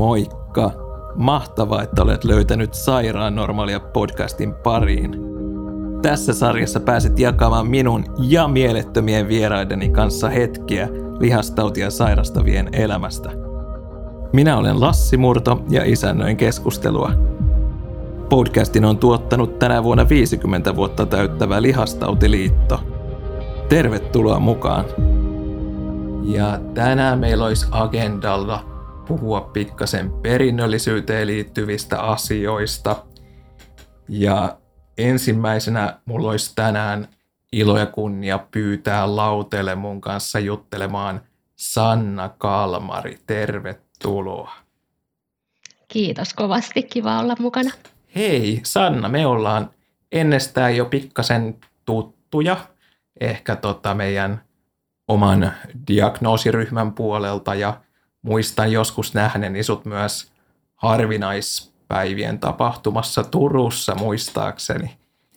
Moikka! Mahtavaa, että olet löytänyt Sairaan normaalia podcastin pariin. Tässä sarjassa pääset jakamaan minun ja mielettömien vieraideni kanssa hetkiä lihastautia sairastavien elämästä. Minä olen Lassi Murto ja isännöin keskustelua. Podcastin on tuottanut tänä vuonna 50 vuotta täyttävä Lihastautiliitto. Tervetuloa mukaan! Ja tänään meillä olisi agendalla puhua pikkasen perinnöllisyyteen liittyvistä asioista. Ja ensimmäisenä mulla olisi tänään ilo ja kunnia pyytää lauteelle mun kanssa juttelemaan Sanna Kalmari. Tervetuloa. Kiitos kovasti, kiva olla mukana. Hei Sanna, me ollaan ennestään jo pikkasen tuttuja, ehkä meidän oman diagnoosiryhmän puolelta ja muistan joskus nähneeni sut myös harvinaispäivien tapahtumassa Turussa muistaakseni.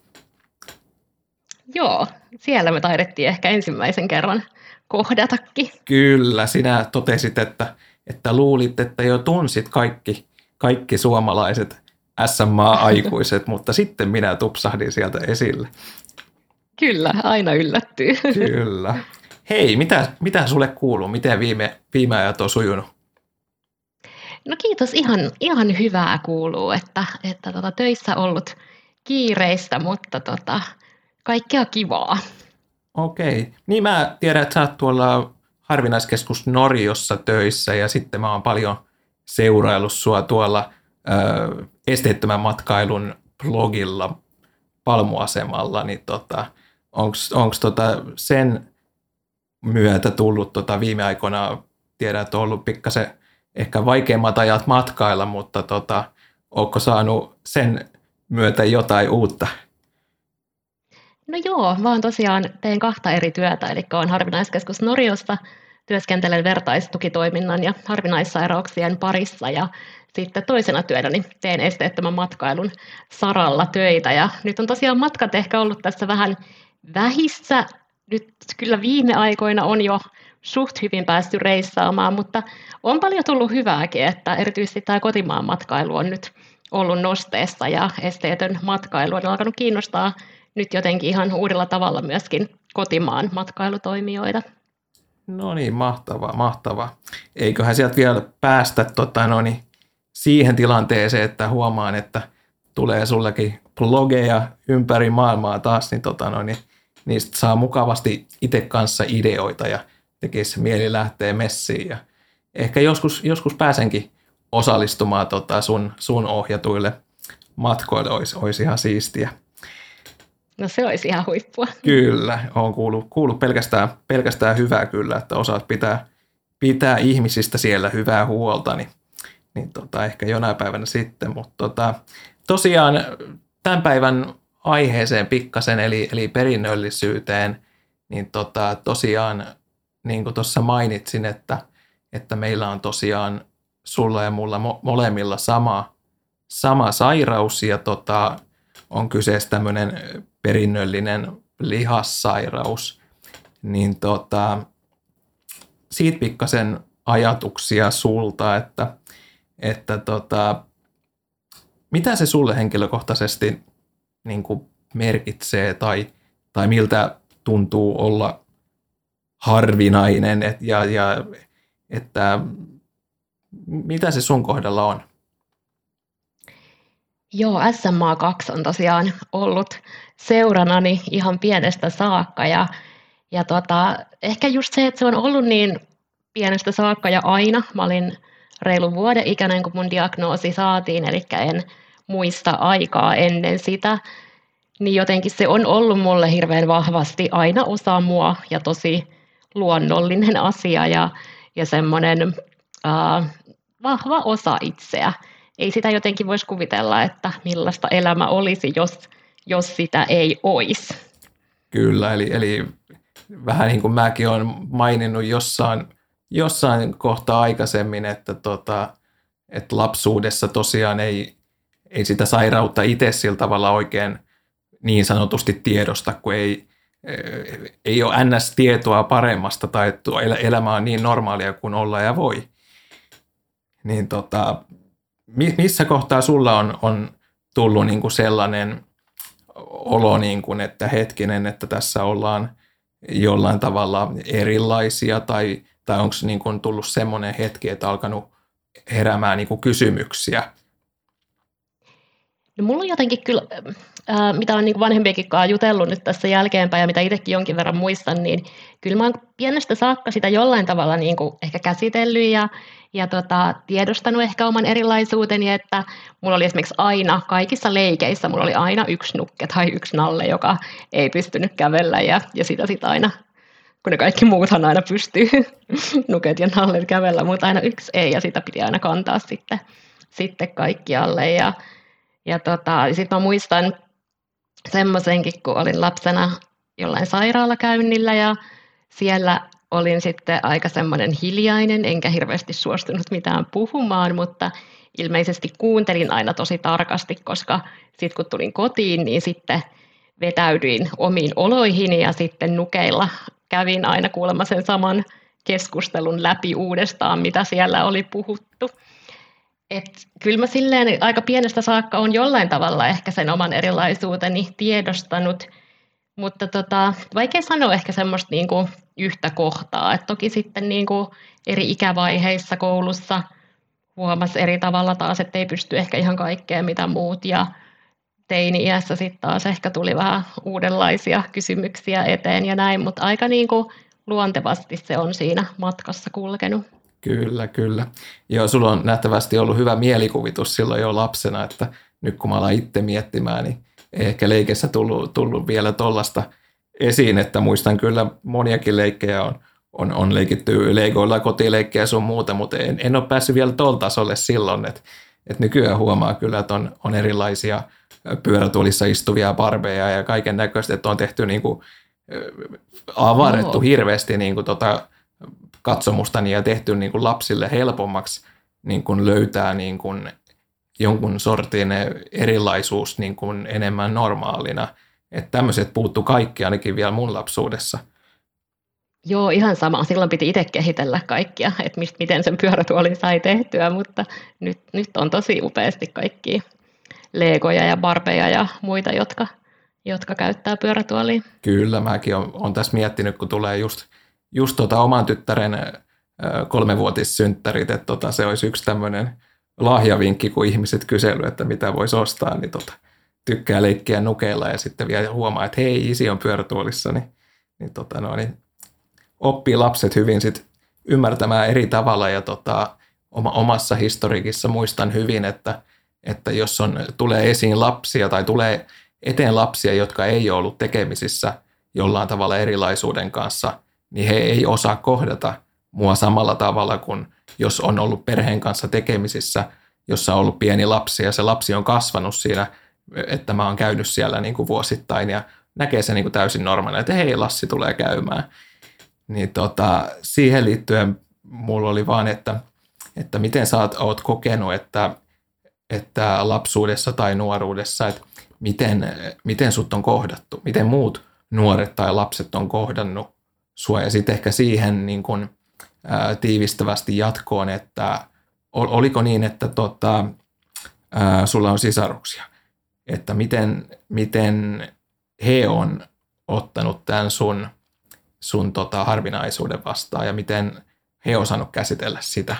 Joo, siellä me taidettiin ehkä ensimmäisen kerran kohdatakin. Kyllä, sinä totesit, että luulit, että jo tunsit kaikki suomalaiset SMA-aikuiset, mutta sitten minä tupsahdin sieltä esille. Kyllä, aina yllättyy. Kyllä. Hei, mitä sulle kuuluu? Miten viime ajat on sujunut? No kiitos, ihan hyvää kuuluu, että töissä ollut kiireistä, mutta kaikkea kivaa. Okei. Niin mä tiedän, että sä oot tuolla harvinaiskeskus Noriossa töissä ja sitten mä oon paljon seuraillut sua tuolla esteettömän matkailun blogilla Palmuasemalla, niin onko sen myötä tullut viime aikoina, tiedän, että on ollut pikkasen ehkä vaikeimmat ajat matkailla, mutta ootko saanut sen myötä jotain uutta? No joo, mä tosiaan teen 2 eri työtä, eli olen harvinaiskeskus Noriossa, työskentelen vertaistukitoiminnan ja harvinaissairauksien parissa ja sitten toisena työnäni teen esteettömän matkailun saralla töitä ja nyt on tosiaan matkat ehkä ollut tässä vähän vähissä. Nyt kyllä viime aikoina on jo suht hyvin päästy reissaamaan, mutta on paljon tullut hyvääkin, että erityisesti tämä kotimaan matkailu on nyt ollut nosteessa ja esteetön matkailu on alkanut kiinnostaa nyt jotenkin ihan uudella tavalla myöskin kotimaan matkailutoimijoita. No niin, mahtavaa. Eiköhän sieltä vielä päästä siihen tilanteeseen, että huomaan, että tulee sullekin blogeja ympäri maailmaa taas, niin niistä saa mukavasti itse kanssa ideoita ja tekisi mieli lähteä messiin. Ja ehkä joskus pääsenkin osallistumaan sun ohjatuille matkoille, olisi ihan siistiä. No se olisi ihan huippua. Kyllä, on kuullut pelkästään hyvää kyllä, että osaat pitää ihmisistä siellä hyvää huolta, niin ehkä jonain päivänä sitten. Mutta tosiaan tämän päivän aiheeseen pikkasen, eli perinnöllisyyteen, niin tosiaan, niin kuin tuossa mainitsin, että meillä on tosiaan sulla ja mulla molemmilla sama sairaus, ja on kyseessä tämmöinen perinnöllinen lihassairaus, niin siitä pikkasen ajatuksia sulta, että mitä se sulle henkilökohtaisesti niin kuin merkitsee tai miltä tuntuu olla harvinainen ja että mitä se sun kohdalla on? Joo, SMA2 on tosiaan ollut seuranani ihan pienestä saakka ja ehkä just se, että se on ollut niin pienestä saakka ja aina. Mä olin reilun vuoden ikäinen, kun mun diagnoosi saatiin, eli en muista aikaa ennen sitä. Niin jotenkin se on ollut mulle hirveän vahvasti aina osa mua ja tosi luonnollinen asia ja semmoinen vahva osa itseä. Ei sitä jotenkin voisi kuvitella, että millaista elämä olisi, jos sitä ei olisi. Kyllä, eli vähän niin kuin mäkin olen maininnut jossain kohtaa aikaisemmin, että lapsuudessa tosiaan ei sitä sairautta itse sillä tavalla oikein niin sanotusti tiedosta, kun ei ole NS-tietoa paremmasta tai että elämä on niin normaalia kuin olla ja voi. niin missä kohtaa sulla on tullut niin kuin sellainen olo, niin kuin, että hetkinen, että tässä ollaan jollain tavalla erilaisia, tai onko niin kuin tullut semmoinen hetki, että alkanut heräämään niin kuin kysymyksiä? No mulla on jotenkin kyllä, mitä on niin vanhempiakin kanssa jutellut nyt tässä jälkeenpäin ja mitä itsekin jonkin verran muistan, niin kyllä mä oon pienestä saakka sitä jollain tavalla niin kuin ehkä käsitellyt ja tiedostanut ehkä oman erilaisuuteni, että mulla oli esimerkiksi aina, kaikissa leikeissä mulla oli aina yksi nukke tai yksi nalle, joka ei pystynyt kävellä ja sitä sitten aina, kun ne kaikki muuthan aina pystyy, nuket ja nallet kävellä, mutta aina yksi ei ja sitä piti aina kantaa sitten kaikkialle ja sitten mä muistan semmoisenkin, kun olin lapsena jollain sairaalakäynnillä ja siellä olin sitten aika semmoinen hiljainen, enkä hirveästi suostunut mitään puhumaan, mutta ilmeisesti kuuntelin aina tosi tarkasti, koska sitten kun tulin kotiin, niin sitten vetäydyin omiin oloihini ja sitten nukeilla kävin aina kuulemma sen saman keskustelun läpi uudestaan, mitä siellä oli puhuttu. Et kyllä mä silleen aika pienestä saakka on jollain tavalla ehkä sen oman erilaisuuteni tiedostanut, mutta vaikea sanoa ehkä semmoista niinku yhtä kohtaa. Et toki sitten niinku eri ikävaiheissa koulussa huomasi eri tavalla taas, että ei pysty ehkä ihan kaikkeen mitä muut ja teini-iässä sitten taas ehkä tuli vähän uudenlaisia kysymyksiä eteen ja näin, mutta aika niinku luontevasti se on siinä matkassa kulkenut. Kyllä, kyllä. Joo, sulla on nähtävästi ollut hyvä mielikuvitus silloin jo lapsena, että nyt kun mä alan itse miettimään, niin ei ehkä leikessä tullut vielä tollasta esiin, että muistan kyllä moniakin leikkejä on leikitty legoilla, kotileikkejä ja sun muuta, mutta en ole päässyt vielä tuolla tasolle silloin, että nykyään huomaa kyllä, että on erilaisia pyörätuolissa istuvia barbeja ja kaiken näköistä, että on tehty niin kuin avarrettu hirveästi niin kuin katsomustani ja tehty niin kuin lapsille helpommaksi niin kuin löytää niin kuin jonkun sortin erilaisuus niin kuin enemmän normaalina. Että tämmöiset puuttu kaikki ainakin vielä mun lapsuudessa. Joo, ihan sama. Silloin piti itse kehitellä kaikkia, että miten sen pyörätuolin sai tehtyä, mutta nyt on tosi upeasti kaikkia legoja ja barbeja ja muita, jotka käyttää pyörätuolia. Kyllä, mäkin olen tässä miettinyt, kun tulee just oman tyttären 3-vuotissynttärit, että se olisi yksi tämmöinen lahjavinkki, kun ihmiset kyselevät, että mitä voisi ostaa, niin tykkää leikkiä nukeilla ja sitten vielä huomaa, että hei, isi on pyörätuolissa, niin oppii lapset hyvin sit ymmärtämään eri tavalla ja omassa historiikissa muistan hyvin, että jos tulee esiin lapsia tai tulee eteen lapsia, jotka ei ole ollut tekemisissä jollain tavalla erilaisuuden kanssa, niin he ei osaa kohdata mua samalla tavalla kuin jos on ollut perheen kanssa tekemisissä, jossa on ollut pieni lapsi ja se lapsi on kasvanut siinä, että mä oon käynyt siellä niin kuin vuosittain ja näkee se niin kuin täysin normaalina, että hei, Lassi tulee käymään. Niin siihen liittyen mulla oli vaan, että miten sä oot kokenut, että lapsuudessa tai nuoruudessa, että miten sut on kohdattu, miten muut nuoret tai lapset on kohdannut sua ja sitten ehkä siihen niin kuin, tiivistävästi jatkoon, että oliko niin, että sulla on sisaruksia, että miten he on ottanut tämän sun harvinaisuuden vastaan ja miten he on osannut käsitellä sitä?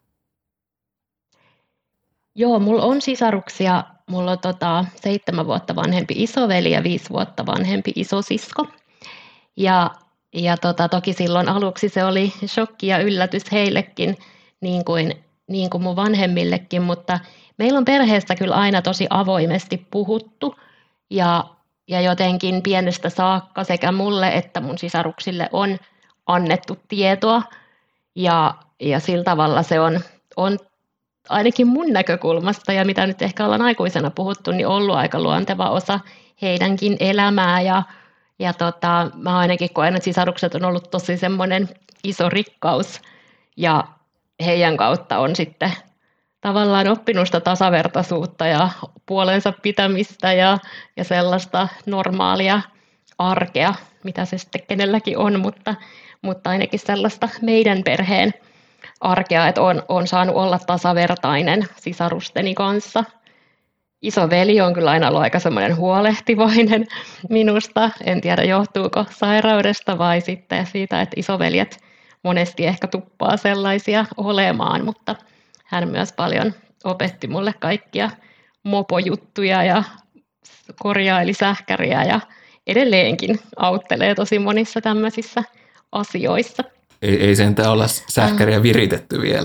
Joo, mulla on sisaruksia. Mulla on 7 vuotta vanhempi isoveli ja 5 vuotta vanhempi isosisko. Ja toki silloin aluksi se oli shokki ja yllätys heillekin, niin kuin mun vanhemmillekin, mutta meillä on perheessä kyllä aina tosi avoimesti puhuttu ja jotenkin pienestä saakka sekä mulle että mun sisaruksille on annettu tietoa ja sillä tavalla se on ainakin mun näkökulmasta ja mitä nyt ehkä ollaan aikuisena puhuttu, niin ollut aika luonteva osa heidänkin elämää ja mä ainakin koen, että sisarukset on ollut tosi semmoinen iso rikkaus ja heidän kautta on sitten tavallaan oppinut sitä tasavertaisuutta ja puolensa pitämistä ja sellaista normaalia arkea, mitä se sitten kenelläkin on, mutta ainakin sellaista meidän perheen arkea, että on saanut olla tasavertainen sisarusteni kanssa. Isoveli on kyllä aina ollut aika semmoinen huolehtivainen minusta. En tiedä, johtuuko sairaudesta vai sitten siitä, että isoveljet monesti ehkä tuppaa sellaisia olemaan, mutta hän myös paljon opetti mulle kaikkia mopojuttuja ja korjaili sähkäriä ja edelleenkin auttelee tosi monissa tämmöisissä asioissa. Ei sentään olla sähkäriä viritetty vielä.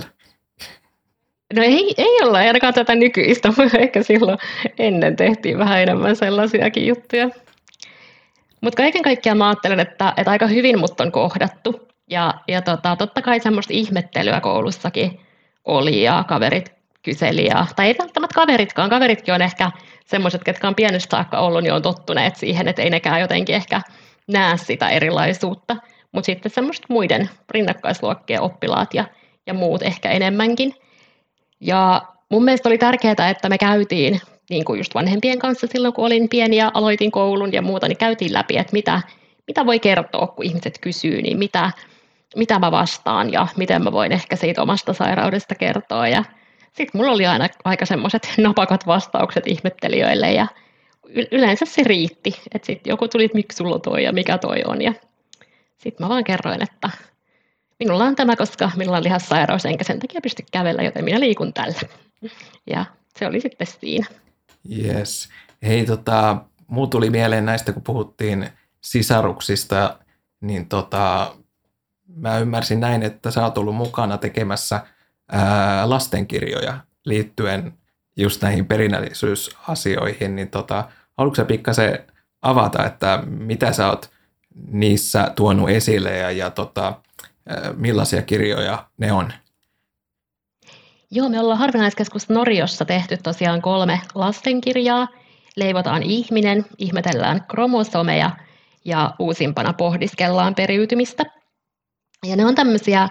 No ei olla, ainakaan tätä nykyistä, mutta ehkä silloin ennen tehtiin vähän enemmän sellaisiakin juttuja. Mutta kaiken kaikkiaan mä ajattelen, että aika hyvin mut on kohdattu. Ja totta kai semmoista ihmettelyä koulussakin oli ja kaverit kyseli. Tai ei välttämättä kaveritkaan. Kaveritkin on ehkä semmoiset, ketkä on pienestä saakka ollut, niin on tottuneet siihen, että ei nekään jotenkin ehkä näe sitä erilaisuutta. Mutta sitten semmoiset muiden rinnakkaisluokkien oppilaat ja muut ehkä enemmänkin. Ja mun mielestä oli tärkeää, että me käytiin niin kuin just vanhempien kanssa silloin, kun olin pieni ja aloitin koulun ja muuta, niin käytiin läpi, että mitä voi kertoa, kun ihmiset kysyy, niin mitä mä vastaan ja miten mä voin ehkä siitä omasta sairaudesta kertoa. Ja sitten mulla oli aina aika semmoiset napakat vastaukset ihmettelijöille ja yleensä se riitti, että sitten joku tuli, että miksi sulla on toi ja mikä toi on. Ja sitten mä vaan kerroin, että minulla on tämä, koska minulla on lihassairaus, enkä sen takia pysty kävellä, joten minä liikun tällä. Ja se oli sitten siinä. Yes. Hei, muu tuli mieleen näistä, kun puhuttiin sisaruksista, niin mä ymmärsin näin, että sä oot ollut mukana tekemässä lastenkirjoja liittyen just näihin perinnöllisyysasioihin, niin haluatko sä pikkasen avata, että mitä sä oot niissä tuonut esille ja millaisia kirjoja ne on? Joo, me ollaan Harvinaiskeskus Noriossa tehty tosiaan 3 lastenkirjaa. Leivotaan ihminen, ihmetellään kromosomeja ja uusimpana pohdiskellaan periytymistä. Ja ne on tämmöisiä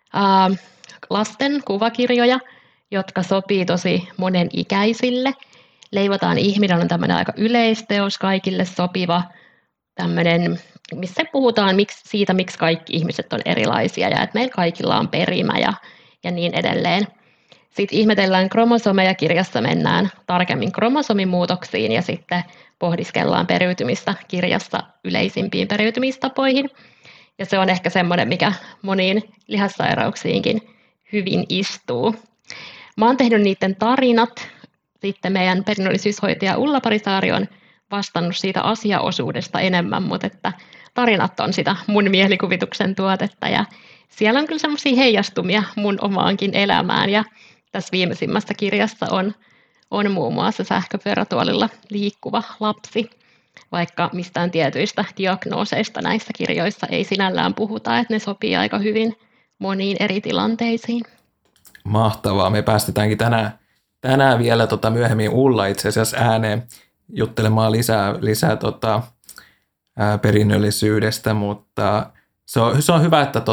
lasten kuvakirjoja, jotka sopii tosi monen ikäisille. Leivotaan ihminen on tämmöinen aika yleisteos, kaikille sopiva tämmöinen, missä puhutaan siitä, miksi kaikki ihmiset on erilaisia ja että meillä kaikilla on perimä ja niin edelleen. Sitten ihmetellään kromosomeja, kirjassa mennään tarkemmin kromosomimuutoksiin ja sitten pohdiskellaan periytymistä kirjassa yleisimpiin periytymistapoihin. Ja se on ehkä semmoinen, mikä moniin lihassairauksiinkin hyvin istuu. Mä oon tehnyt niiden tarinat. Sitten meidän perinnöllisyyshoitaja Ulla Parisaari on vastannut siitä asiaosuudesta enemmän, mutta että tarinat on sitä mun mielikuvituksen tuotetta. Ja siellä on kyllä semmoisia heijastumia mun omaankin elämään. Ja tässä viimeisimmässä kirjassa on muun muassa sähköpyörätuolilla liikkuva lapsi, vaikka mistään tietyistä diagnooseista näissä kirjoissa ei sinällään puhuta, että ne sopii aika hyvin moniin eri tilanteisiin. Mahtavaa. Me päästetäänkin tänään vielä myöhemmin Ulla itse asiassa ääneen juttelemaan lisää perinnöllisyydestä, mutta se on hyvä, että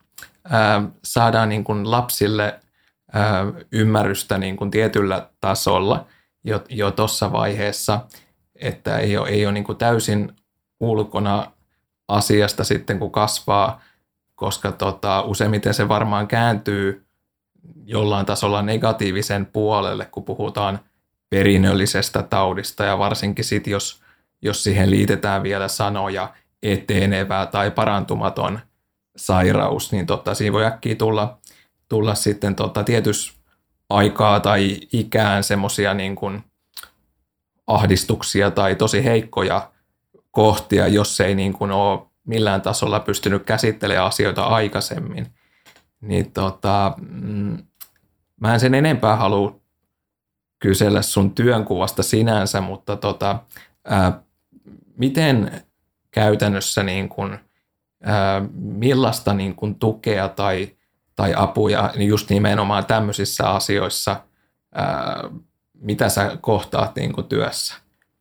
saadaan niin kuin lapsille ymmärrystä niin kuin tietyllä tasolla jo tuossa vaiheessa, että ei ole niin kuin täysin ulkona asiasta sitten, kun kasvaa, koska useimmiten se varmaan kääntyy jollain tasolla negatiivisen puolelle, kun puhutaan perinnöllisestä taudista, ja varsinkin sitten, jos siihen liitetään vielä sanoja etenevä tai parantumaton sairaus, niin siinä voi äkkiä tulla sitten tietyssä aikaa tai ikään semmoisia niin kuin ahdistuksia tai tosi heikkoja kohtia, jos ei niin kuin ole millään tasolla pystynyt käsittelemään asioita aikaisemmin. Niin mä en sen enempää halua kysellä sun työnkuvasta sinänsä, mutta miten käytännössä niin kuin, millaista niin kuin tukea tai apuja just nimenomaan tämmöisissä asioissa, mitä sä kohtaat niin kuin työssä?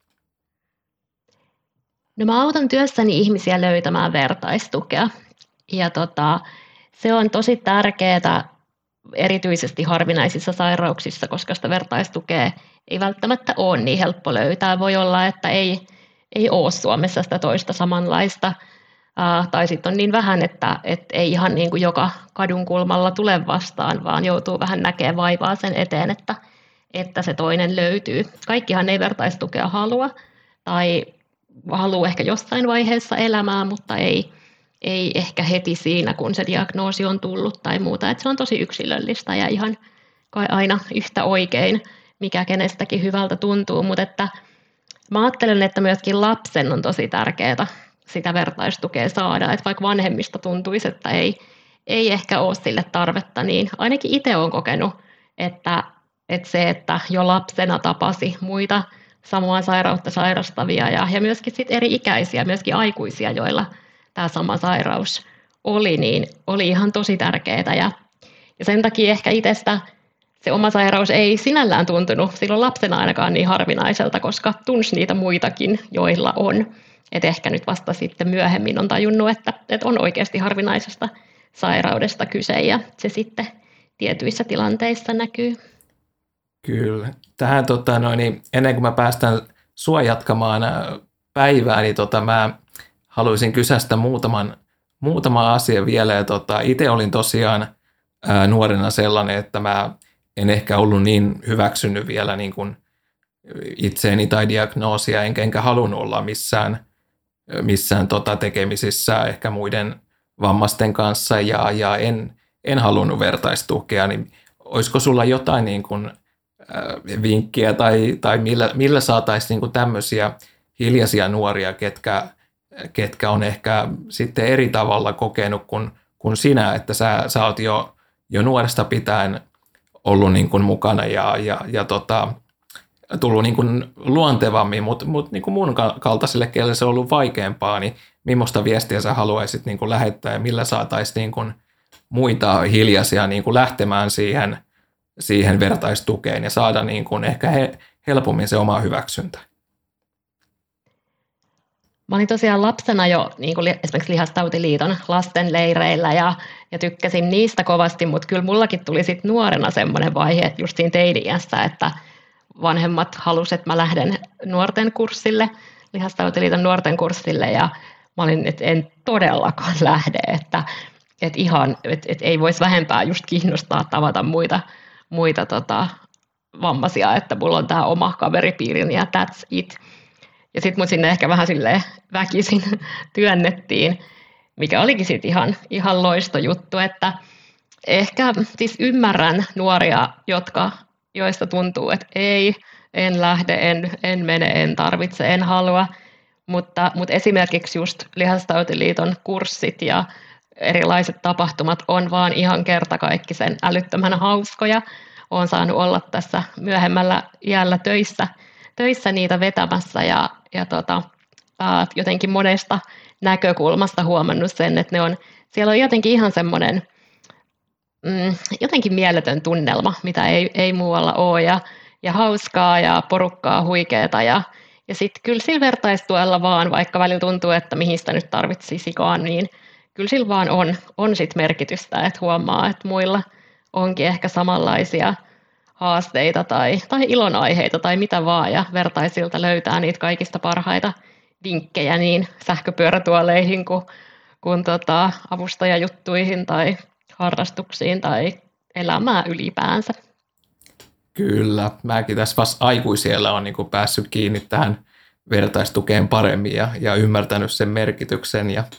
No mä autan työssäni ihmisiä löytämään vertaistukea ja se on tosi tärkeää erityisesti harvinaisissa sairauksissa, koska sitä vertaistukea ei välttämättä ole niin helppo löytää. Voi olla, että ei ole Suomessa sitä toista samanlaista tai sitten on niin vähän, että ei ihan niin kuin joka kadun kulmalla tule vastaan, vaan joutuu vähän näkemään vaivaa sen eteen, että se toinen löytyy. Kaikkihan ei vertaistukea halua tai haluaa ehkä jossain vaiheessa elämää, mutta ei ehkä heti siinä, kun se diagnoosi on tullut tai muuta. Että se on tosi yksilöllistä ja ihan kai aina yhtä oikein, mikä kenestäkin hyvältä tuntuu, mutta että mä ajattelen, että myöskin lapsen on tosi tärkeää sitä vertaistukea saada, että vaikka vanhemmista tuntuisi, että ei ehkä ole sille tarvetta, niin ainakin itse olen kokenut, että se, että jo lapsena tapasi muita samaa sairautta sairastavia ja myöskin sit eri ikäisiä, myöskin aikuisia, joilla tämä sama sairaus oli, niin oli ihan tosi tärkeää ja sen takia ehkä itsestä se oma sairaus ei sinällään tuntunut silloin lapsena ainakaan niin harvinaiselta, koska tunsi niitä muitakin, joilla on. Et ehkä nyt vasta sitten myöhemmin on tajunnut, että on oikeasti harvinaisesta sairaudesta kyse ja se sitten tietyissä tilanteissa näkyy. Kyllä. Tähän ennen kuin mä päästän sua jatkamaan päivää, niin mä haluaisin kysästä muutama asia vielä. Ja itse olin tosiaan nuorena sellainen, että mä en ehkä ollut niin hyväksynyt vielä niin kuin itseeni tai diagnoosia, enkä halunnut olla missään tekemisissä ehkä muiden vammaisten kanssa ja en halunnut vertaistukea, niin olisiko sulla jotain niin kuin vinkkiä tai millä saataisiin niin kuin tämmöisiä hiljaisia nuoria, ketkä on ehkä sitten eri tavalla kokenut kuin sinä, että sä oot jo nuoresta pitäen ollut niin kuin mukana ja tullut niin kuin luontevammin, mutta niin kuin mun kaltaiselle, kelle se on ollut vaikeampaa, niin millaista viestiä sä haluaisit niin kuin lähettää ja millä saataisiin niin kuin muita hiljaisia niin kuin lähtemään siihen vertaistukeen ja saada niin kuin ehkä helpommin se oma hyväksyntä? Mä olin tosiaan lapsena jo niin kuin esimerkiksi Lihastautiliiton lastenleireillä ja tykkäsin niistä kovasti, mutta kyllä mullakin tuli sitten nuorena semmoinen vaihe just siinä teini-iässä, että vanhemmat halusivat, että mä lähden nuorten kurssille, Lihastautiliiton nuorten kurssille ja mä olin, että en todellakaan lähde, että ei voisi vähempää just kiinnostaa tavata muita vammaisia, että mulla on tämä oma kaveripiirini ja that's it. Ja sitten mut sinne ehkä vähän silleen väkisin työnnettiin, mikä olikin sitten ihan loistojuttu, että ehkä siis ymmärrän nuoria, joista tuntuu, että en lähde, en mene, en tarvitse, en halua, mutta esimerkiksi just Lihastautiliiton kurssit ja erilaiset tapahtumat on vaan ihan kertakaikkisen älyttömän hauskoja. Olen saanut olla tässä myöhemmällä iällä töissä niitä vetämässä ja jotenkin monesta näkökulmasta huomannut sen, että siellä on jotenkin ihan semmoinen jotenkin mieletön tunnelma, mitä ei muualla ole ja hauskaa ja porukkaa huikeeta ja sitten kyllä sillä vertaistuella vaan, vaikka välillä tuntuu, että mihin sitä nyt tarvitsisikaan, niin kyllä sillä vaan on sit merkitystä, että huomaa, että muilla onkin ehkä samanlaisia haasteita tai ilonaiheita tai mitä vaan, ja vertaisilta löytää niitä kaikista parhaita vinkkejä niin sähköpyörätuoleihin kuin avustajajuttuihin tai harrastuksiin tai elämää ylipäänsä. Kyllä, mäkin tässä vasta aikuisiellä on niin päässyt kiinni tähän vertaistukeen paremmin ja ymmärtänyt sen merkityksen ja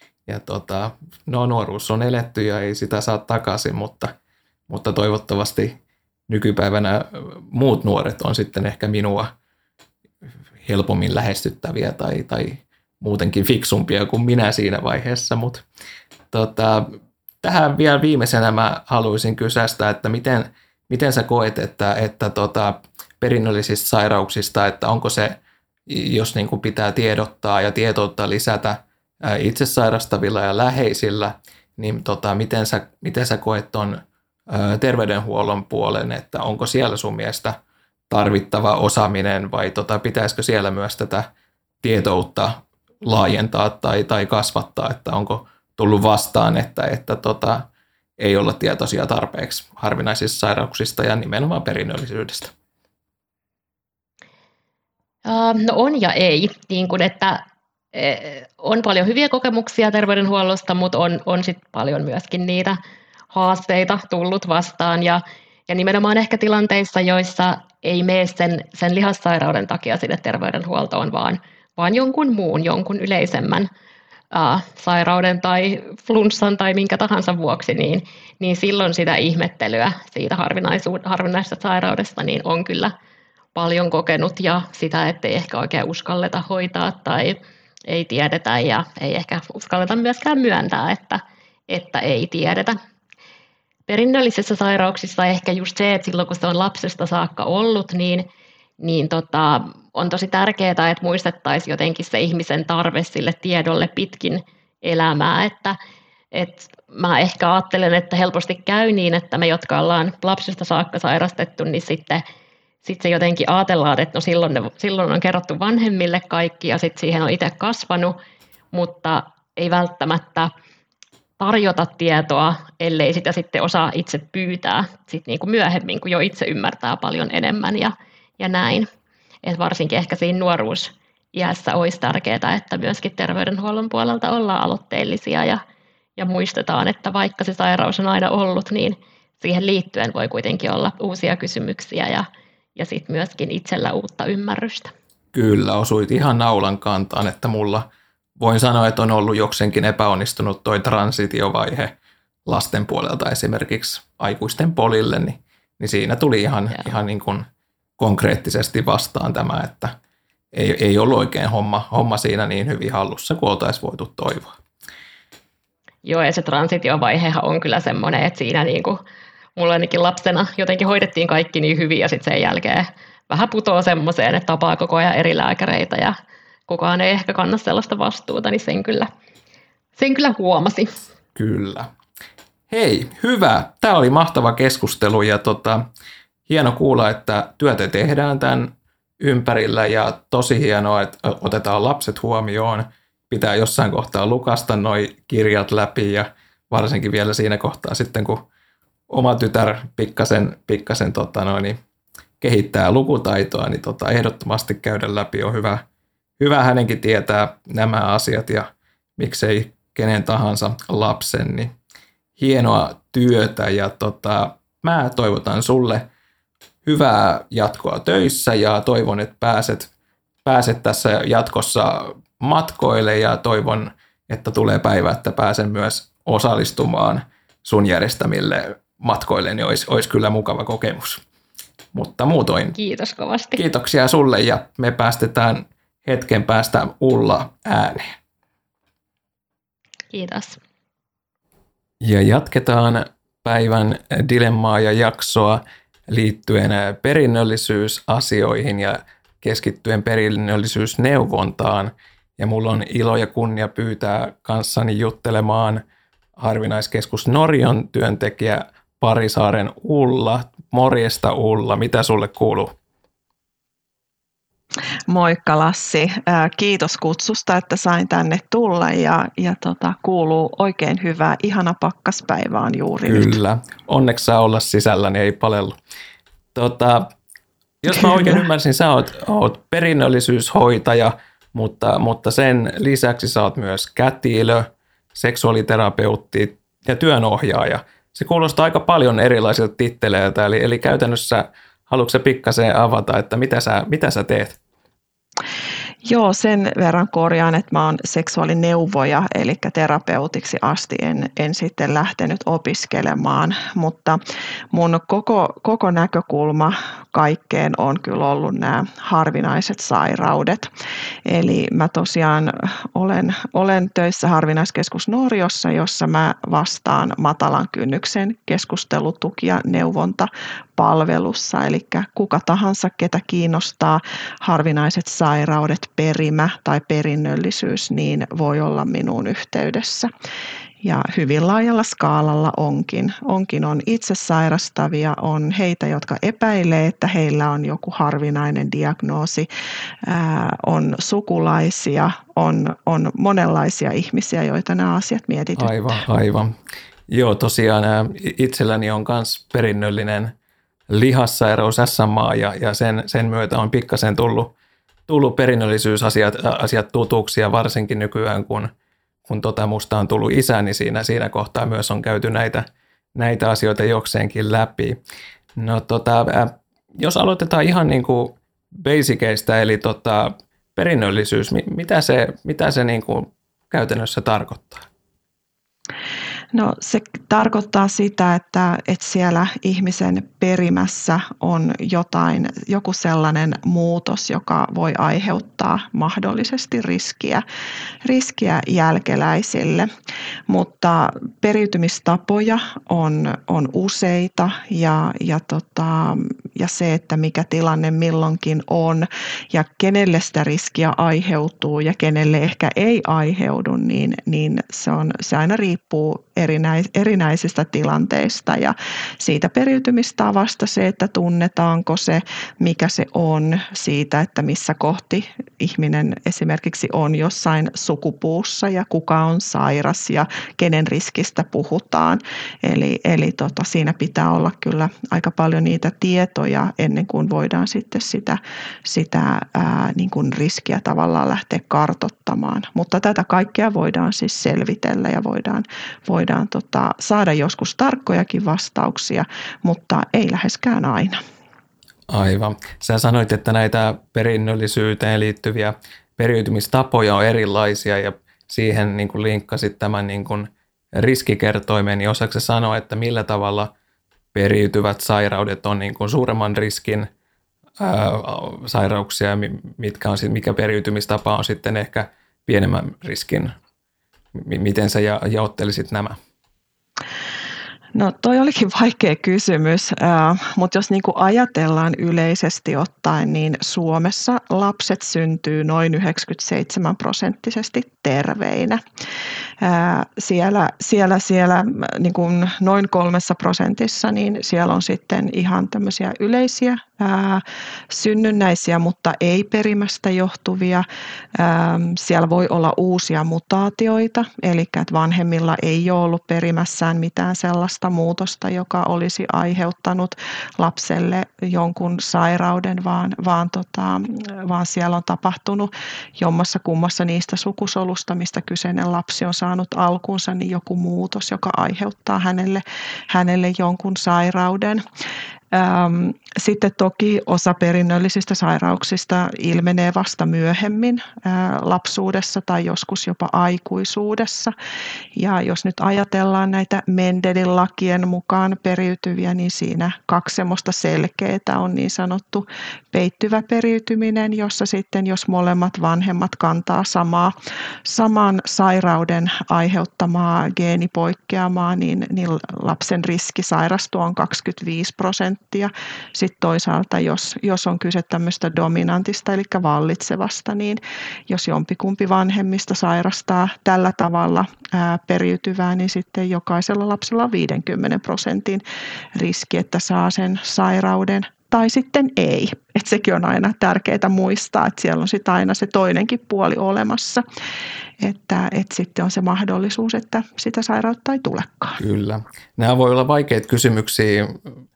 nuoruus on eletty ja ei sitä saa takaisin, mutta toivottavasti nykypäivänä muut nuoret on sitten ehkä minua helpommin lähestyttäviä tai muutenkin fiksumpia kuin minä siinä vaiheessa, mutta tähän vielä viimeisenä mä haluaisin kysästä, että miten sä koet, että perinnöllisistä sairauksista, että onko se, jos niin kuin pitää tiedottaa ja tietoutta lisätä itse sairastavilla ja läheisillä, niin miten sä koet ton terveydenhuollon puolen, että onko siellä sun mielestä tarvittava osaaminen vai pitäisikö siellä myös tätä tietoutta laajentaa tai kasvattaa, että onko tullut vastaan, että ei olla tietoisia tarpeeksi harvinaisista sairauksista ja nimenomaan perinnöllisyydestä? No on ja ei, niin kuin että On paljon hyviä kokemuksia terveydenhuollosta, mutta on sit paljon myöskin niitä haasteita tullut vastaan ja nimenomaan ehkä tilanteissa, joissa ei mene sen lihassairauden takia sinne terveydenhuoltoon, vaan jonkun muun, jonkun yleisemmän sairauden tai flunssan tai minkä tahansa vuoksi, niin silloin sitä ihmettelyä siitä harvinaisesta sairaudesta niin on kyllä paljon kokenut ja sitä, ettei ehkä oikein uskalleta hoitaa tai ei tiedetä ja ei ehkä uskalleta myöskään myöntää, että ei tiedetä. Perinnöllisissä sairauksissa ehkä just se, että silloin kun se on lapsesta saakka ollut, niin on tosi tärkeää, että muistettaisiin jotenkin se ihmisen tarve sille tiedolle pitkin elämää, että mä ehkä ajattelen, että helposti käy niin, että me, jotka ollaan lapsesta saakka sairastettu, niin sitten se jotenkin ajatellaan, että no silloin on kerrottu vanhemmille kaikki ja sitten siihen on itse kasvanut, mutta ei välttämättä tarjota tietoa, ellei sitä sitten osaa itse pyytää sit niin kuin myöhemmin, kun jo itse ymmärtää paljon enemmän ja näin. Et varsinkin ehkä siinä nuoruusiässä olisi tärkeää, että myöskin terveydenhuollon puolelta ollaan aloitteellisia ja muistetaan, että vaikka se sairaus on aina ollut, niin siihen liittyen voi kuitenkin olla uusia kysymyksiä ja sitten myöskin itsellä uutta ymmärrystä. Kyllä, osuit ihan naulan kantaan, että mulla voin sanoa, että on ollut jokseenkin epäonnistunut toi transitiovaihe lasten puolelta esimerkiksi aikuisten polille, niin siinä tuli ihan niin kuin konkreettisesti vastaan tämä, että ei ollut oikein homma siinä niin hyvin hallussa kuin oltaisiin voitu toivoa. Joo, ja se transitiovaihehan on kyllä semmoinen, että siinä niin kuin mulla ainakin lapsena jotenkin hoidettiin kaikki niin hyvin ja sitten sen jälkeen vähän putoo semmoiseen, että tapaa koko ajan eri lääkäreitä ja kukaan ei ehkä kanna sellaista vastuuta, niin sen kyllä huomasi. Kyllä. Hei, hyvä. Tämä oli mahtava keskustelu ja hieno kuulla, että työtä tehdään tämän ympärillä ja tosi hienoa, että otetaan lapset huomioon. Pitää jossain kohtaa lukasta noi kirjat läpi ja varsinkin vielä siinä kohtaa sitten, kun oma tytär pikkasen kehittää lukutaitoa, niin ehdottomasti käydä läpi on hyvä hänenkin tietää nämä asiat ja miksei kenen tahansa lapsen, niin hienoa työtä ja mä toivotan sulle hyvää jatkoa töissä ja toivon, että pääset tässä jatkossa matkoille ja toivon, että tulee päivä, että pääsen myös osallistumaan sun järjestämille matkoille, niin olisi kyllä mukava kokemus. Mutta muutoin. Kiitos kovasti. Kiitoksia sulle ja me päästetään hetken päästä Ulla ääneen. Kiitos. Ja jatketaan päivän dilemmaa ja jaksoa liittyen perinnöllisyysasioihin ja keskittyen perinnöllisyysneuvontaan. Ja mulla on ilo ja kunnia pyytää kanssani juttelemaan Harvinaiskeskus Norion työntekijä Parisaaren Ulla. Morjesta Ulla, mitä sulle kuuluu? Moikka Lassi, kiitos kutsusta, että sain tänne tulla ja kuuluu oikein hyvää, ihana pakkaspäivä on juuri nyt. Kyllä, onneksi saa olla sisällä, niin ei palellu. Jos mä oikein ymmärsin, sä oot perinnöllisyyshoitaja, mutta sen lisäksi sä oot myös kätilö, seksuaaliterapeutti ja työnohjaaja. Se kuulostaa aika paljon erilaisilta titteleiltä, eli käytännössä haluatko sä pikkasen avata, että mitä sä teet? Joo, sen verran korjaan, että mä oon seksuaalineuvoja, eli terapeutiksi asti en sitten lähtenyt opiskelemaan, mutta mun koko näkökulma kaikkeen on kyllä ollut nämä harvinaiset sairaudet. Eli mä tosiaan olen töissä Harvinaiskeskus Noriossa, jossa mä vastaan matalan kynnyksen keskustelutuki- ja neuvontapalvelussa, eli kuka tahansa, ketä kiinnostaa harvinaiset sairaudet, perimä tai perinnöllisyys, niin voi olla minuun yhteydessä. Ja hyvin laajalla skaalalla on itse sairastavia, on heitä, jotka epäilee, että heillä on joku harvinainen diagnoosi, on sukulaisia, on monenlaisia ihmisiä, joita nämä asiat mietityttää. Aivan. Joo, tosiaan itselläni on myös perinnöllinen lihassairaus SMA ja sen myötä on pikkasen tullut tullut perinnöllisyysasiat tutuksi ja varsinkin nykyään, kun musta on tullut isä, niin siinä kohtaa myös on käyty näitä asioita jokseenkin läpi. No jos aloitetaan ihan niin kuin basiceista, eli perinnöllisyys, mitä se niin kuin käytännössä tarkoittaa? No se tarkoittaa sitä, että siellä ihmisen perimässä on joku sellainen muutos, joka voi aiheuttaa mahdollisesti riskiä jälkeläisille, mutta periytymistapoja on useita ja se, että mikä tilanne milloinkin on ja kenelle sitä riskiä aiheutuu ja kenelle ehkä ei aiheudu, niin se aina riippuu erinäisistä tilanteista ja siitä periytymistavasta se, että tunnetaanko se, mikä se on, siitä, että missä kohti ihminen esimerkiksi on jossain sukupuussa ja kuka on sairas ja kenen riskistä puhutaan. Eli siinä pitää olla kyllä aika paljon niitä tietoja ennen kuin voidaan sitten sitä niin kuin riskiä tavallaan lähteä kartoittamaan. Mutta tätä kaikkea voidaan siis selvitellä ja voidaan saada joskus tarkkojakin vastauksia, mutta ei läheskään aina. Aivan. Sä sanoit, että näitä perinnöllisyyteen liittyviä periytymistapoja on erilaisia ja siihen niin kuin linkkasit tämän niin kuin riskikertoimen, niin osaatko sanoa, että millä tavalla periytyvät sairaudet on niin kuin suuremman riskin sairauksia, mikä periytymistapa on sitten ehkä pienemmän riskin? Miten sä jaottelisit nämä? No toi olikin vaikea kysymys, mutta jos niinku ajatellaan yleisesti ottaen, niin Suomessa lapset syntyy noin 97% terveinä. Siellä niin kuin noin 3%, niin siellä on sitten ihan tämmöisiä yleisiä synnynnäisiä, mutta ei perimästä johtuvia. Siellä voi olla uusia mutaatioita, eli että vanhemmilla ei ole ollut perimässään mitään sellaista muutosta, joka olisi aiheuttanut lapselle jonkun sairauden, vaan siellä on tapahtunut jommassa kummassa niistä sukusolusta, mistä kyseinen lapsi on saanut alkunsa, niin joku muutos, joka aiheuttaa hänelle jonkun sairauden. Sitten toki osa perinnöllisistä sairauksista ilmenee vasta myöhemmin lapsuudessa tai joskus jopa aikuisuudessa. Ja jos nyt ajatellaan näitä Mendelin lakien mukaan periytyviä, niin siinä 2 semmoista selkeää on niin sanottu peittyvä periytyminen, jossa sitten jos molemmat vanhemmat kantaa saman sairauden aiheuttamaa geenipoikkeamaa, niin lapsen riski sairastua on 25%. Sitten toisaalta, jos on kyse tämmöistä dominantista, eli vallitsevasta, niin jos jompikumpi vanhemmista sairastaa tällä tavalla periytyvää, niin sitten jokaisella lapsella on 50% riski, että saa sen sairauden. Tai sitten ei. Että sekin on aina tärkeää muistaa, että siellä on sitten aina se toinenkin puoli olemassa. Että sitten on se mahdollisuus, että sitä sairautta ei tulekaan. Kyllä. Nämä voi olla vaikeita kysymyksiä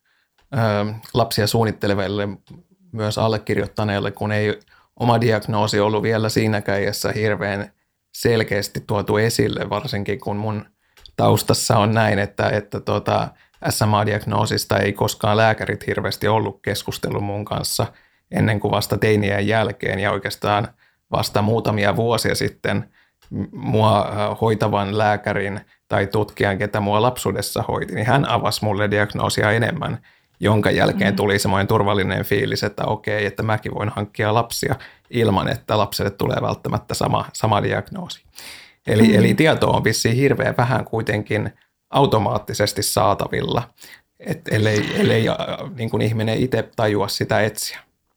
lapsia suunnitteleville, myös allekirjoittaneille, kun ei oma diagnoosi ollut vielä siinäkään iässä hirveän selkeästi tuotu esille, varsinkin kun mun taustassa on näin, että SMA-diagnoosista ei koskaan lääkärit hirveästi ollut keskustellut mun kanssa ennen kuin vasta teiniän jälkeen ja oikeastaan vasta muutamia vuosia sitten mua hoitavan lääkärin tai tutkijan, ketä mua lapsuudessa hoiti, niin hän avasi mulle diagnoosia enemmän, jonka jälkeen tuli semmoinen turvallinen fiilis, että okei, että mäkin voin hankkia lapsia ilman, että lapselle tulee välttämättä sama diagnoosi. Eli tietoa on vissiin hirveän vähän kuitenkin automaattisesti saatavilla, ellei niin kuin ihminen itse tajua sitä etsiä.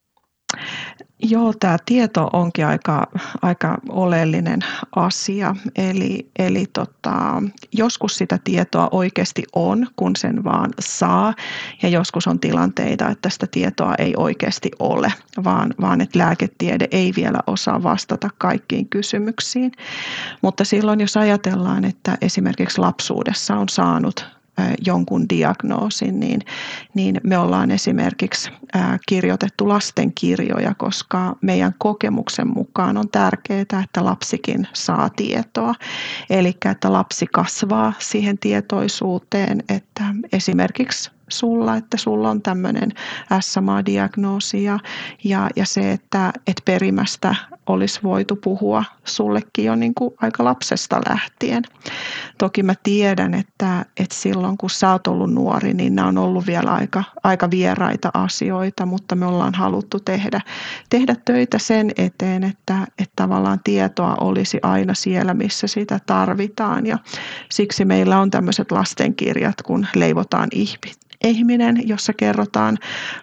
Joo, tämä tieto onkin aika oleellinen asia. Eli joskus sitä tietoa oikeasti on, kun sen vaan saa, ja joskus on tilanteita, että sitä tietoa ei oikeasti ole, vaan että lääketiede ei vielä osaa vastata kaikkiin kysymyksiin. Mutta silloin, jos ajatellaan, että esimerkiksi lapsuudessa on saanut jonkun diagnoosin, niin me ollaan esimerkiksi kirjoitettu lastenkirjoja, koska meidän kokemuksen mukaan on tärkeää, että lapsikin saa tietoa. Eli että lapsi kasvaa siihen tietoisuuteen, että esimerkiksi että sulla on tämmöinen SMA-diagnoosi ja se, että perimästä olisi voitu puhua sullekin jo niin kuin aika lapsesta lähtien. Toki mä tiedän, että silloin kun sä oot ollut nuori, niin nämä on ollut vielä aika vieraita asioita, mutta me ollaan haluttu tehdä töitä sen eteen, että tavallaan tietoa olisi aina siellä, missä sitä tarvitaan. Ja siksi meillä on tämmöiset lastenkirjat, kun leivotaan ihminen, jossa kerrotaan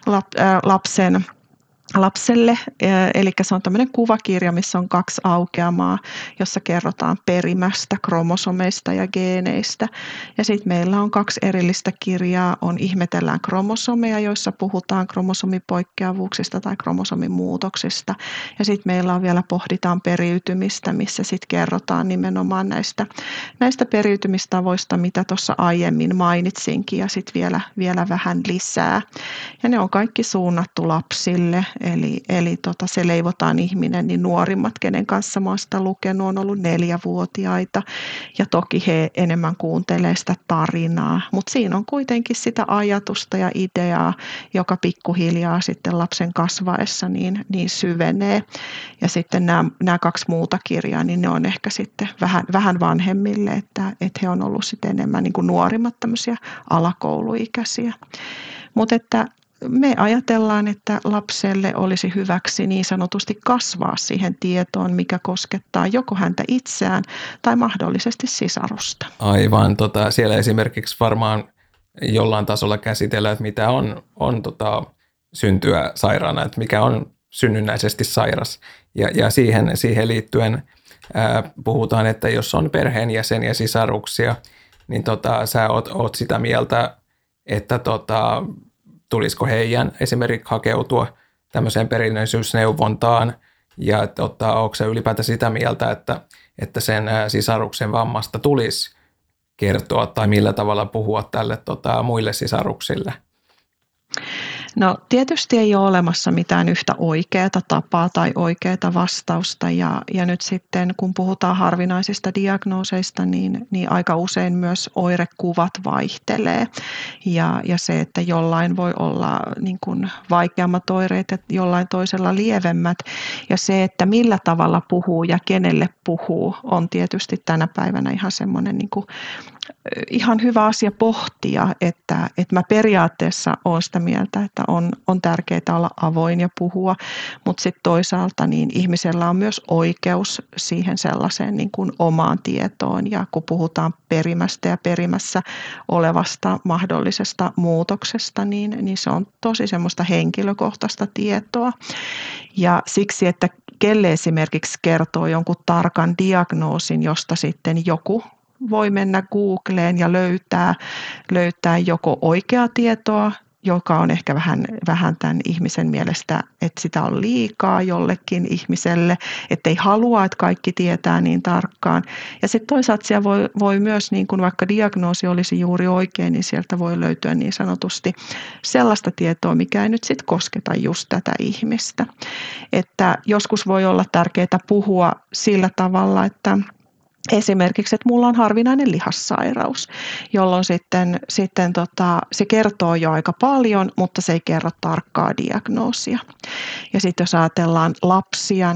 lapselle, eli se on tämmöinen kuvakirja, missä on 2 aukeamaa, jossa kerrotaan perimästä, kromosomeista ja geeneistä. Ja sitten meillä on 2 erillistä kirjaa, ihmetellään kromosomeja, joissa puhutaan kromosomipoikkeavuuksista tai kromosomimuutoksista. Ja sitten meillä on vielä pohditaan periytymistä, missä sitten kerrotaan nimenomaan näistä periytymistavoista, mitä tuossa aiemmin mainitsinkin, ja sitten vielä vähän lisää. Ja ne on kaikki suunnattu lapsille. Eli se leivotaan ihminen, niin nuorimmat, kenen kanssa mä oon sitä lukenut, on ollut 4-vuotiaita. Ja toki he enemmän kuuntelee sitä tarinaa. Mutta siinä on kuitenkin sitä ajatusta ja ideaa, joka pikkuhiljaa sitten lapsen kasvaessa niin syvenee. Ja sitten nämä 2 muuta kirjaa, niin ne on ehkä sitten vähän vanhemmille, että he on ollut sitten enemmän niin kuin nuorimmat tämmöisiä alakouluikäisiä. Mutta että me ajatellaan, että lapselle olisi hyväksi niin sanotusti kasvaa siihen tietoon, mikä koskettaa joko häntä itseään tai mahdollisesti sisarusta. Aivan. Siellä esimerkiksi varmaan jollain tasolla käsitellään, että mitä on syntyä sairaana, että mikä on synnynnäisesti sairas. Ja siihen liittyen puhutaan, että jos on perheenjäseniä, sisaruksia, niin sä oot sitä mieltä, että tulisiko heidän esimerkiksi hakeutua tämmöiseen perinnöllisyysneuvontaan ja onko se ylipäätään sitä mieltä, että sen sisaruksen vammasta tulisi kertoa tai millä tavalla puhua tälle muille sisaruksille? No tietysti ei ole olemassa mitään yhtä oikeaa tapaa tai oikeaa vastausta ja nyt sitten kun puhutaan harvinaisista diagnooseista, niin aika usein myös oirekuvat vaihtelee ja se, että jollain voi olla niin kuin vaikeammat oireet ja jollain toisella lievemmät ja se, että millä tavalla puhuu ja kenelle puhuu on tietysti tänä päivänä ihan semmoinen niin kuin ihan hyvä asia pohtia, että mä periaatteessa olen sitä mieltä, että on tärkeää olla avoin ja puhua, mutta sitten toisaalta niin ihmisellä on myös oikeus siihen sellaiseen niin kuin omaan tietoon ja kun puhutaan perimästä ja perimässä olevasta mahdollisesta muutoksesta, niin se on tosi semmoista henkilökohtaista tietoa ja siksi, että kelle esimerkiksi kertoo jonkun tarkan diagnoosin, josta sitten joku voi mennä Googleen ja löytää joko oikeaa tietoa, joka on ehkä vähän tämän ihmisen mielestä, että sitä on liikaa jollekin ihmiselle, että ei halua, että kaikki tietää niin tarkkaan. Ja sitten toisaalta siellä voi myös, niin kun vaikka diagnoosi olisi juuri oikein, niin sieltä voi löytyä niin sanotusti sellaista tietoa, mikä ei nyt sitten kosketa just tätä ihmistä. Että joskus voi olla tärkeää puhua sillä tavalla, että esimerkiksi, että mulla on harvinainen lihassairaus, jolloin sitten se kertoo jo aika paljon, mutta se ei kerro tarkkaa diagnoosia. Ja sitten jos ajatellaan lapsia,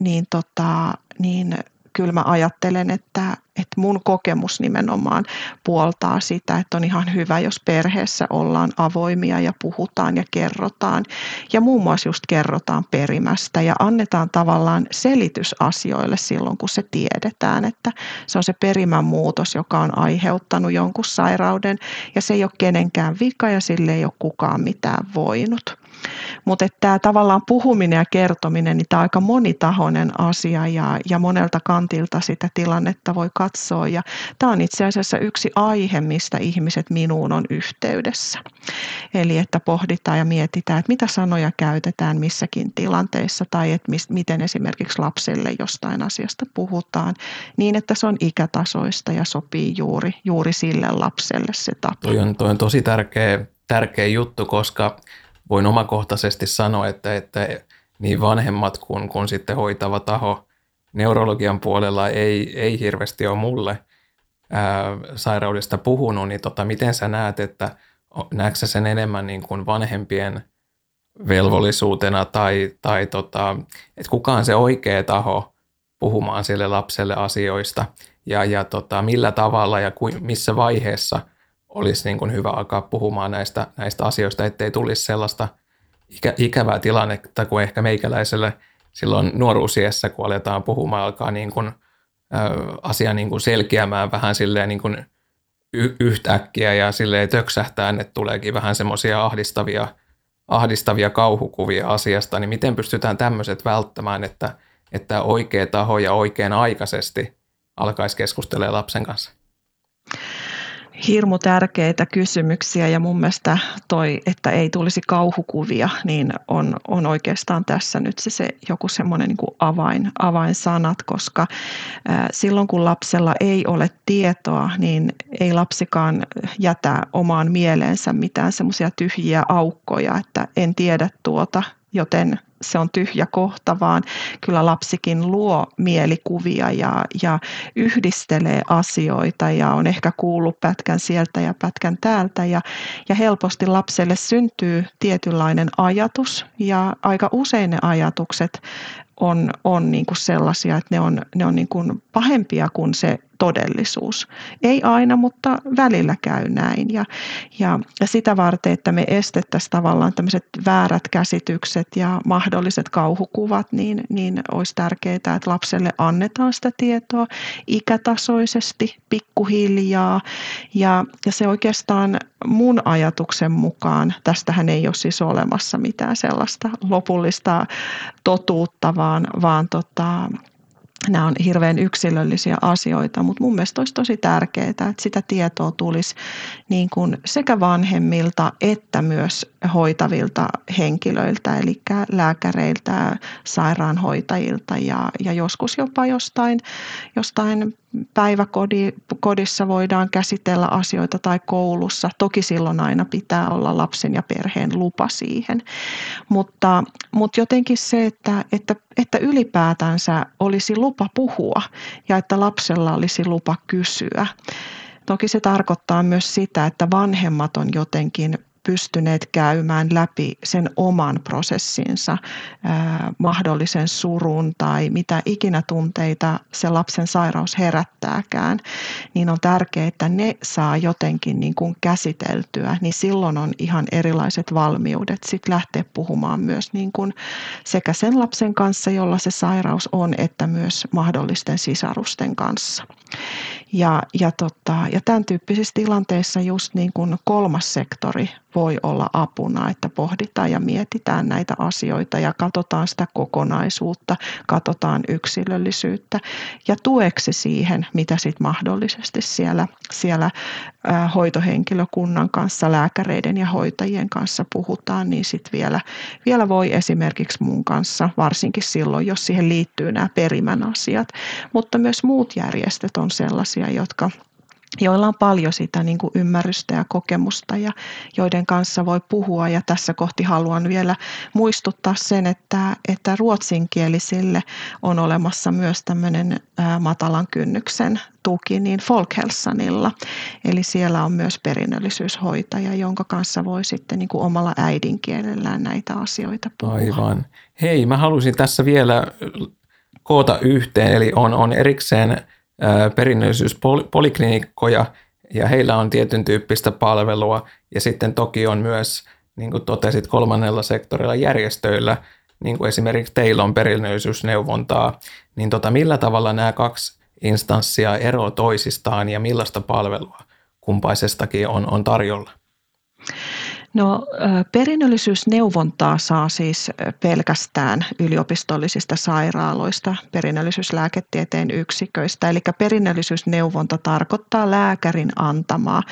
niin kyllä mä ajattelen, että mun kokemus nimenomaan puoltaa sitä, että on ihan hyvä, jos perheessä ollaan avoimia ja puhutaan ja kerrotaan. Ja muun muassa just kerrotaan perimästä ja annetaan tavallaan selitys asioille silloin, kun se tiedetään, että se on se perimän muutos, joka on aiheuttanut jonkun sairauden ja se ei ole kenenkään vika ja sille ei ole kukaan mitään voinut. Mutta tämä tavallaan puhuminen ja kertominen, niin tämä on aika monitahoinen asia ja monelta kantilta sitä tilannetta voi katsoa. Ja tämä on itse asiassa yksi aihe, mistä ihmiset minuun on yhteydessä. Eli että pohditaan ja mietitään, että mitä sanoja käytetään missäkin tilanteissa tai että miten esimerkiksi lapselle jostain asiasta puhutaan niin, että se on ikätasoista ja sopii juuri sille lapselle se tapa. Toi on tosi tärkeä juttu, koska voin omakohtaisesti sanoa, että niin vanhemmat kuin sitten hoitava taho neurologian puolella ei hirveästi ole mulle sairaudesta puhunut, niin miten sä näet, että näetkö sä sen enemmän niin kuin vanhempien velvollisuutena tai että kuka on se oikea taho puhumaan sille lapselle asioista ja millä tavalla ja missä vaiheessa olisi niin kuin hyvä alkaa puhumaan näistä asioista, ettei tulisi sellaista ikävää tilannetta kuin ehkä meikäläiselle silloin nuoruusiässä, kun aletaan puhumaan, alkaa niin kuin, asia niin kuin selkeämään vähän silleen niin kuin yhtäkkiä ja silleen töksähtää, että tuleekin vähän semmoisia ahdistavia kauhukuvia asiasta, niin miten pystytään tämmöiset välttämään, että oikea taho ja oikein aikaisesti alkaisi keskustella lapsen kanssa? Hirmu tärkeitä kysymyksiä ja mun mielestä toi, että ei tulisi kauhukuvia, niin on oikeastaan tässä nyt se joku semmoinen niin kuin avainsanat, koska silloin kun lapsella ei ole tietoa, niin ei lapsikaan jätä omaan mieleensä mitään semmoisia tyhjiä aukkoja, että en tiedä tuota, joten se on tyhjä kohta, vaan kyllä lapsikin luo mielikuvia ja yhdistelee asioita ja on ehkä kuullut pätkän sieltä ja pätkän täältä ja helposti lapselle syntyy tietynlainen ajatus ja aika usein ne ajatukset on niin kuin sellaisia, että ne on niin kuin pahempia kuin se todellisuus. Ei aina, mutta välillä käy näin. Ja sitä varten, että me estettäisiin tavallaan tämmöiset väärät käsitykset ja mahdolliset kauhukuvat, niin olisi tärkeää, että lapselle annetaan sitä tietoa ikätasoisesti, pikkuhiljaa. Ja se oikeastaan mun ajatuksen mukaan, tästähän ei ole siis olemassa mitään sellaista lopullista totuutta, vaan nämä on hirveän yksilöllisiä asioita, mutta mun mielestä olisi tosi tärkeää, että sitä tietoa tulisi niin kuin sekä vanhemmilta että myös hoitavilta henkilöiltä, eli lääkäreiltä, sairaanhoitajilta ja joskus jopa jostain päiväkodissa voidaan käsitellä asioita tai koulussa. Toki silloin aina pitää olla lapsen ja perheen lupa siihen, mutta jotenkin se, että ylipäätänsä olisi lupa puhua ja että lapsella olisi lupa kysyä. Toki se tarkoittaa myös sitä, että vanhemmat on jotenkin pystyneet käymään läpi sen oman prosessinsa, mahdollisen surun tai mitä ikinä tunteita se lapsen sairaus herättääkään, niin on tärkeää, että ne saa jotenkin niin kuin käsiteltyä, niin silloin on ihan erilaiset valmiudet sitten lähteä puhumaan myös niin kuin sekä sen lapsen kanssa, jolla se sairaus on, että myös mahdollisten sisarusten kanssa. Ja tämän tyyppisissä tilanteissa just niin kuin kolmas sektori voi olla apuna, että pohditaan ja mietitään näitä asioita ja katsotaan sitä kokonaisuutta, katsotaan yksilöllisyyttä ja tueksi siihen, mitä sitten mahdollisesti siellä hoitohenkilökunnan kanssa, lääkäreiden ja hoitajien kanssa puhutaan, niin sitten vielä voi esimerkiksi mun kanssa, varsinkin silloin, jos siihen liittyy nämä perimän asiat, mutta myös muut järjestöt on sellaisia, joilla on paljon sitä niin kuin ymmärrystä ja kokemusta ja joiden kanssa voi puhua. Ja tässä kohti haluan vielä muistuttaa sen, että ruotsinkielisille on olemassa myös tämmöinen matalan kynnyksen tuki niin Folkhälsanilla. Eli siellä on myös perinnöllisyyshoitaja, jonka kanssa voi sitten niin kuin omalla äidinkielellään näitä asioita puhua. Aivan. Hei, mä halusin tässä vielä koota yhteen, eli on erikseen perinnöllisyyspoliklinikkoja ja heillä on tietyn tyyppistä palvelua ja sitten toki on myös, niin kuin totesit, kolmannella sektorilla järjestöillä, niin kuin esimerkiksi teillä on perinnöllisyysneuvontaa, niin millä tavalla nämä kaksi instanssia eroavat toisistaan ja millaista palvelua kumpaisestakin on tarjolla? No, perinnöllisyysneuvontaa saa siis pelkästään yliopistollisista sairaaloista, perinnöllisyyslääketieteen yksiköistä. Eli perinnöllisyysneuvonta tarkoittaa lääkärin antamaa,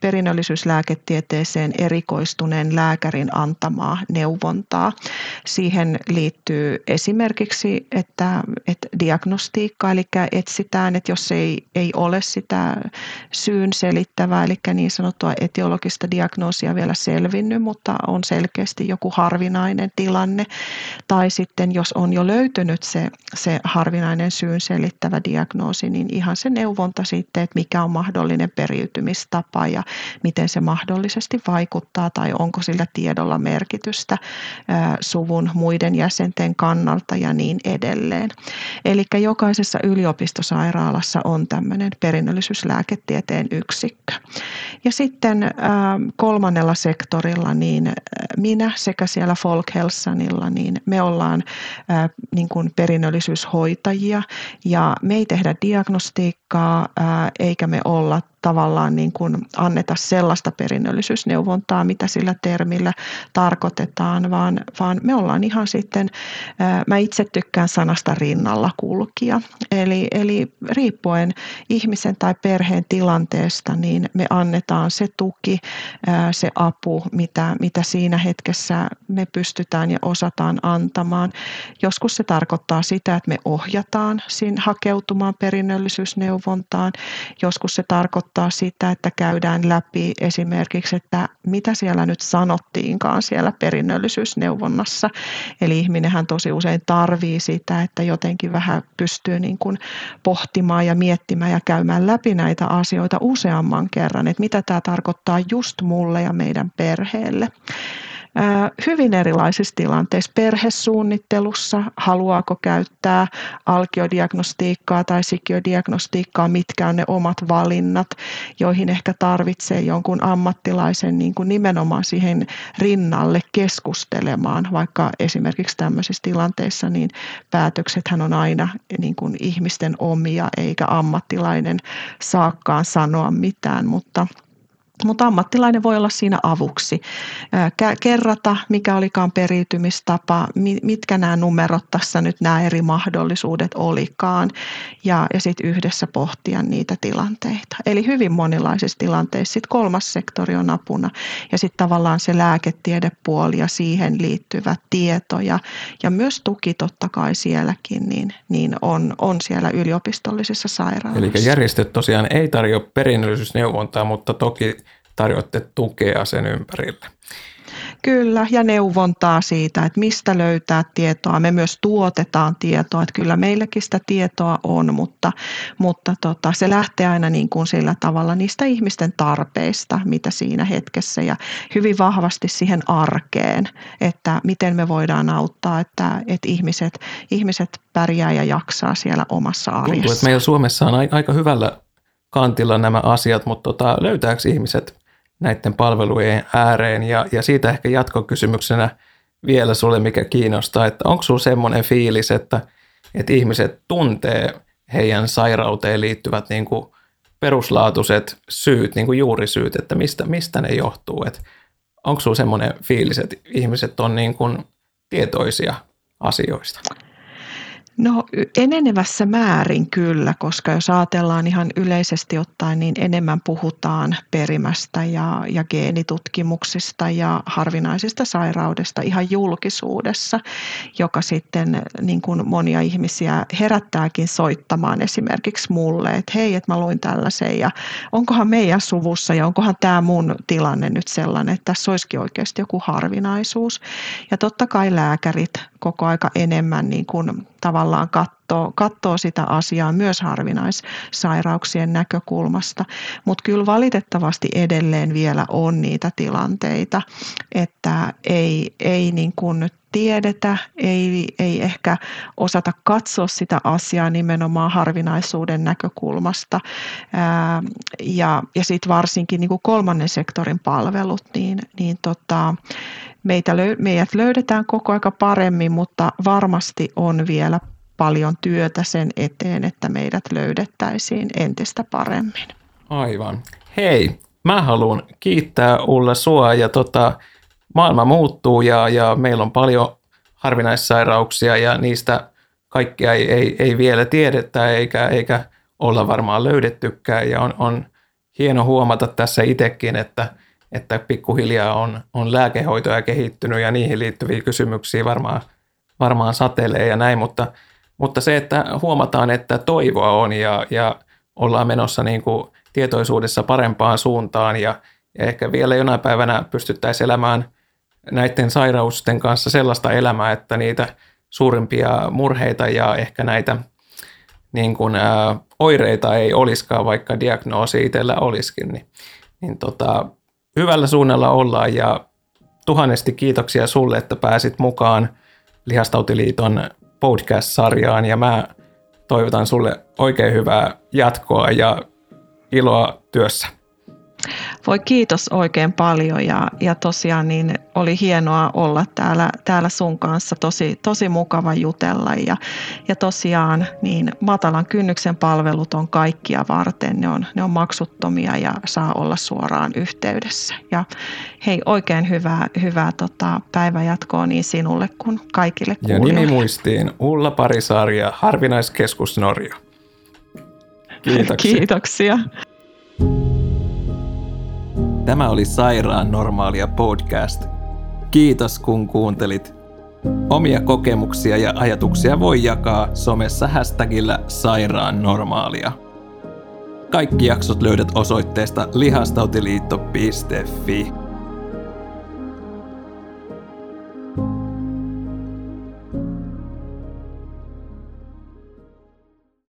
perinnöllisyyslääketieteeseen erikoistuneen lääkärin antamaa neuvontaa. Siihen liittyy esimerkiksi, että diagnostiikka, eli etsitään, että jos ei ole sitä syyn selittävää, eli niin sanottua etiologista diagnoosia vielä selvinnyt, mutta on selkeästi joku harvinainen tilanne. Tai sitten jos on jo löytynyt se harvinainen syyn selittävä diagnoosi, niin ihan se neuvonta sitten, että mikä on mahdollinen periytymistapa ja miten se mahdollisesti vaikuttaa tai onko sillä tiedolla merkitystä suvun muiden jäsenten kannalta ja niin edelleen. Eli jokaisessa yliopistosairaalassa on tämmöinen perinnöllisyyslääketieteen yksikkö. Ja sitten kolmannella sektorilla niin minä sekä siellä Folkhälsanilla, niin me ollaan niin kuin perinnöllisyyshoitajia ja me ei tehdä diagnostiikkaa eikä me olla tavallaan niin kuin anneta sellaista perinnöllisyysneuvontaa, mitä sillä termillä tarkoitetaan, vaan me ollaan ihan sitten, mä itse tykkään sanasta rinnalla kulkija. Eli riippuen ihmisen tai perheen tilanteesta, niin me annetaan se tuki, se apu, mitä siinä hetkessä me pystytään ja osataan antamaan. Joskus se tarkoittaa sitä, että me ohjataan hakeutumaan perinnöllisyysneuvontaan. Joskus se tarkoittaa sitä, että käydään läpi esimerkiksi, että mitä siellä nyt sanottiinkaan siellä perinnöllisyysneuvonnassa. Eli ihminenhän tosi usein tarvii sitä, että jotenkin vähän pystyy niin kuin pohtimaan ja miettimään ja käymään läpi näitä asioita useamman kerran, että mitä tämä tarkoittaa just mulle ja meidän perheelle. Hyvin erilaisissa tilanteissa perhesuunnittelussa, haluaako käyttää alkiodiagnostiikkaa tai sikiodiagnostiikkaa, mitkä on ne omat valinnat, joihin ehkä tarvitsee jonkun ammattilaisen niin kuin nimenomaan siihen rinnalle keskustelemaan, vaikka esimerkiksi tämmöisissä tilanteissa niin päätöksethän on aina niin kuin ihmisten omia, eikä ammattilainen saakaan sanoa mitään, mutta ammattilainen voi olla siinä avuksi. Kerrata, mikä olikaan periytymistapa, mitkä nämä numerot tässä nyt nämä eri mahdollisuudet olikaan ja sitten yhdessä pohtia niitä tilanteita. Eli hyvin monenlaisissa tilanteissa sitten kolmas sektori on apuna ja sitten tavallaan se lääketiedepuoli ja siihen liittyvä tieto ja myös tuki totta kai sielläkin niin on siellä yliopistollisissa sairaaloissa. Eli järjestöt tosiaan ei tarjoa perinnöllisyysneuvontaa, mutta toki tarjoatte tukea sen ympärille. Kyllä, ja neuvontaa siitä, että mistä löytää tietoa. Me myös tuotetaan tietoa, että kyllä meilläkin sitä tietoa on, mutta se lähtee aina niin kuin sillä tavalla niistä ihmisten tarpeista, mitä siinä hetkessä ja hyvin vahvasti siihen arkeen, että miten me voidaan auttaa, että ihmiset pärjää ja jaksaa siellä omassa arjessa. Tuntuu, että meillä Suomessa on aika hyvällä kantilla nämä asiat, mutta löytääkö ihmiset näiden palvelujen ääreen ja siitä ehkä jatkokysymyksenä vielä sulle, mikä kiinnostaa, että onko sulla semmoinen fiilis, että ihmiset tuntee heidän sairauteen liittyvät niin kuin peruslaatuiset syyt, niin kuin juurisyyt, että mistä ne johtuu, että onko sulla semmoinen fiilis, että ihmiset on niin kuin tietoisia asioista? No enenevässä määrin kyllä, koska jos ajatellaan ihan yleisesti ottaen, niin enemmän puhutaan perimästä ja geenitutkimuksista ja harvinaisista sairaudesta ihan julkisuudessa, joka sitten niin kuin monia ihmisiä herättääkin soittamaan esimerkiksi mulle, että hei, että mä luin tällaisen ja onkohan meidän suvussa ja onkohan tämä mun tilanne nyt sellainen, että tässä olisikin oikeasti joku harvinaisuus. Ja totta kai lääkärit koko aika enemmän niin kuin tavallaan katsoo sitä asiaa myös harvinaissairauksien näkökulmasta, mutta kyllä valitettavasti edelleen vielä on niitä tilanteita, että ei niin kuin tiedetä, ei ehkä osata katsoa sitä asiaa nimenomaan harvinaisuuden näkökulmasta ja sitten varsinkin niin kuin kolmannen sektorin palvelut, meidät löydetään koko aika paremmin, mutta varmasti on vielä paljon työtä sen eteen, että meidät löydettäisiin entistä paremmin. Aivan. Hei, mä haluan kiittää Ulla sua ja maailma muuttuu ja meillä on paljon harvinaissairauksia ja niistä kaikkia ei vielä tiedetä eikä olla varmaan löydettykään. Ja on hieno huomata tässä itsekin, että pikkuhiljaa on lääkehoitoja kehittynyt ja niihin liittyviä kysymyksiä varmaan satelee ja näin, mutta se, että huomataan, että toivoa on ja ollaan menossa niin kuin tietoisuudessa parempaan suuntaan ja ehkä vielä jonain päivänä pystyttäisiin elämään näiden sairausten kanssa sellaista elämää, että niitä suurimpia murheita ja ehkä näitä niin kuin, oireita ei olisikaan, vaikka diagnoosi itsellä olisikin. Niin hyvällä suunnalla ollaan ja tuhannesti kiitoksia sulle, että pääsit mukaan Lihastautiliiton podcast-sarjaan ja mä toivotan sulle oikein hyvää jatkoa ja iloa työssä. Voi kiitos oikein paljon ja tosiaan niin oli hienoa olla täällä sun kanssa, tosi mukava jutella ja tosiaan niin matalan kynnyksen palvelut on kaikkia varten, ne on maksuttomia ja saa olla suoraan yhteydessä. Ja hei, oikein hyvää päivänjatkoa niin sinulle kuin kaikille kuulijoille. Ja nimi muistiin Ulla Parisaari, Harvinaiskeskus Norja. Kiitoksia. Tämä oli Sairaan normaalia podcast. Kiitos kun kuuntelit. Omia kokemuksia ja ajatuksia voi jakaa somessa hashtagillä Sairaan normaalia. Kaikki jaksot löydät osoitteesta lihastautiliitto.fi.